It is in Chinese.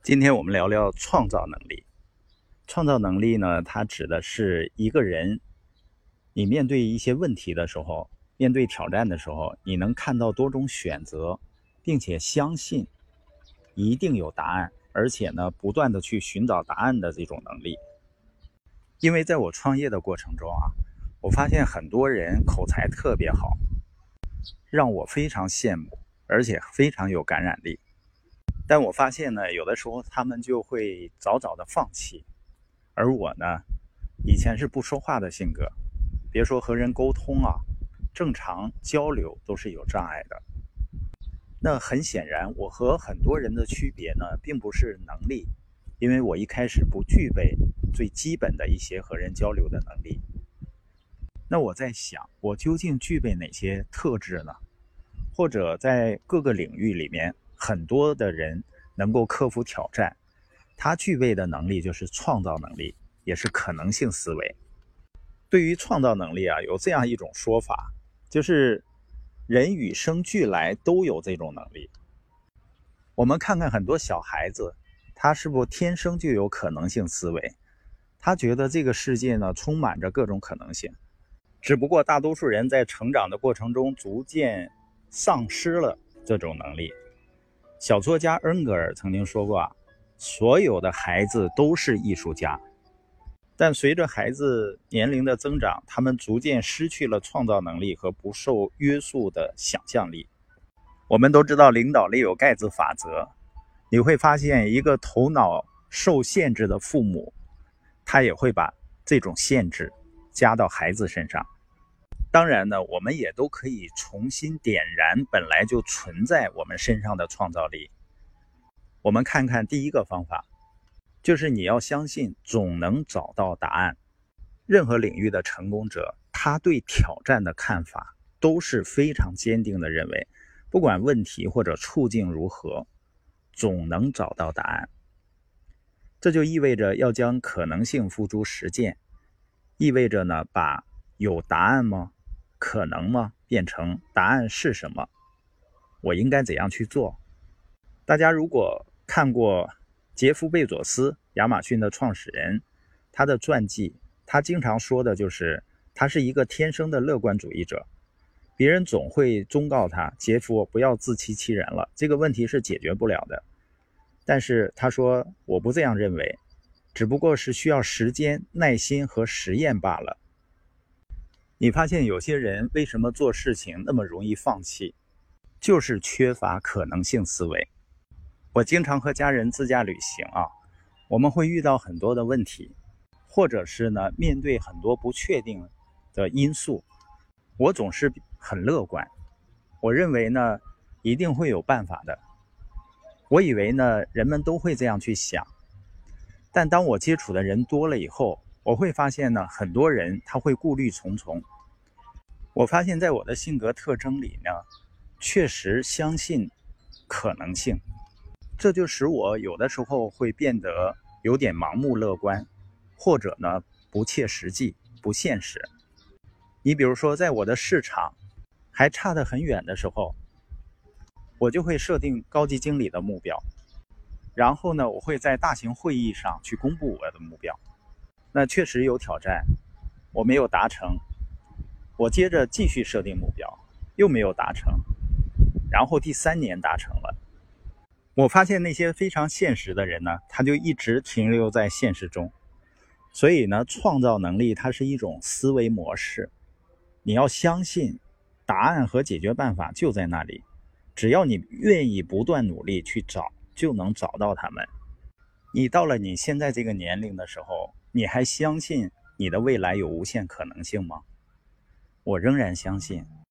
今天我们聊聊创造能力。创造能力呢，它指的是一个人，你面对一些问题的时候，面对挑战的时候，你能看到多种选择，并且相信一定有答案，而且呢，不断的去寻找答案的这种能力。因为在我创业的过程中啊，我发现很多人口才特别好，让我非常羡慕，而且非常有感染力。但我发现呢，有的时候他们就会早早的放弃，而我呢，以前是不说话的性格，别说和人沟通啊，正常交流都是有障碍的。那很显然，我和很多人的区别呢，并不是能力，因为我一开始不具备最基本的一些和人交流的能力。那我在想，我究竟具备哪些特质呢？或者在各个领域里面，很多的人能够克服挑战，他具备的能力就是创造能力，也是可能性思维。对于创造能力啊，有这样一种说法，就是人与生俱来都有这种能力。我们看看很多小孩子，他是不是天生就有可能性思维？他觉得这个世界呢，充满着各种可能性。只不过大多数人在成长的过程中逐渐丧失了这种能力。小作家恩格尔曾经说过啊，所有的孩子都是艺术家，但随着孩子年龄的增长，他们逐渐失去了创造能力和不受约束的想象力。我们都知道领导力有盖茨法则，你会发现一个头脑受限制的父母，他也会把这种限制加到孩子身上。当然呢，我们也都可以重新点燃本来就存在我们身上的创造力。我们看看第一个方法，就是你要相信总能找到答案。任何领域的成功者，他对挑战的看法都是非常坚定的认为，不管问题或者处境如何，总能找到答案。这就意味着要将可能性付诸实践，意味着呢，把有答案吗？可能吗？变成答案是什么？我应该怎样去做？大家如果看过杰夫·贝佐斯，亚马逊的创始人，他的传记，他经常说的就是他是一个天生的乐观主义者。别人总会忠告他，杰夫不要自欺欺人了，这个问题是解决不了的。但是他说，我不这样认为，只不过是需要时间、耐心和实验罢了。你发现有些人为什么做事情那么容易放弃，就是缺乏可能性思维。我经常和家人自驾旅行啊，我们会遇到很多的问题，或者是呢，面对很多不确定的因素，我总是很乐观，我认为呢，一定会有办法的。我以为呢，人们都会这样去想，但当我接触的人多了以后，我会发现呢，很多人他会顾虑重重。我发现在我的性格特征里呢，确实相信可能性，这就使我有的时候会变得有点盲目乐观，或者呢不切实际、不现实。你比如说，在我的市场还差得很远的时候，我就会设定高级经理的目标，然后呢，我会在大型会议上去公布我的目标。那确实有挑战，我没有达成，我接着继续设定目标，又没有达成，然后第3年达成了。我发现那些非常现实的人呢，他就一直停留在现实中。所以呢，创造能力它是一种思维模式，你要相信答案和解决办法就在那里，只要你愿意不断努力去找，就能找到它们。你到了你现在这个年龄的时候，你还相信你的未来有无限可能性吗？我仍然相信。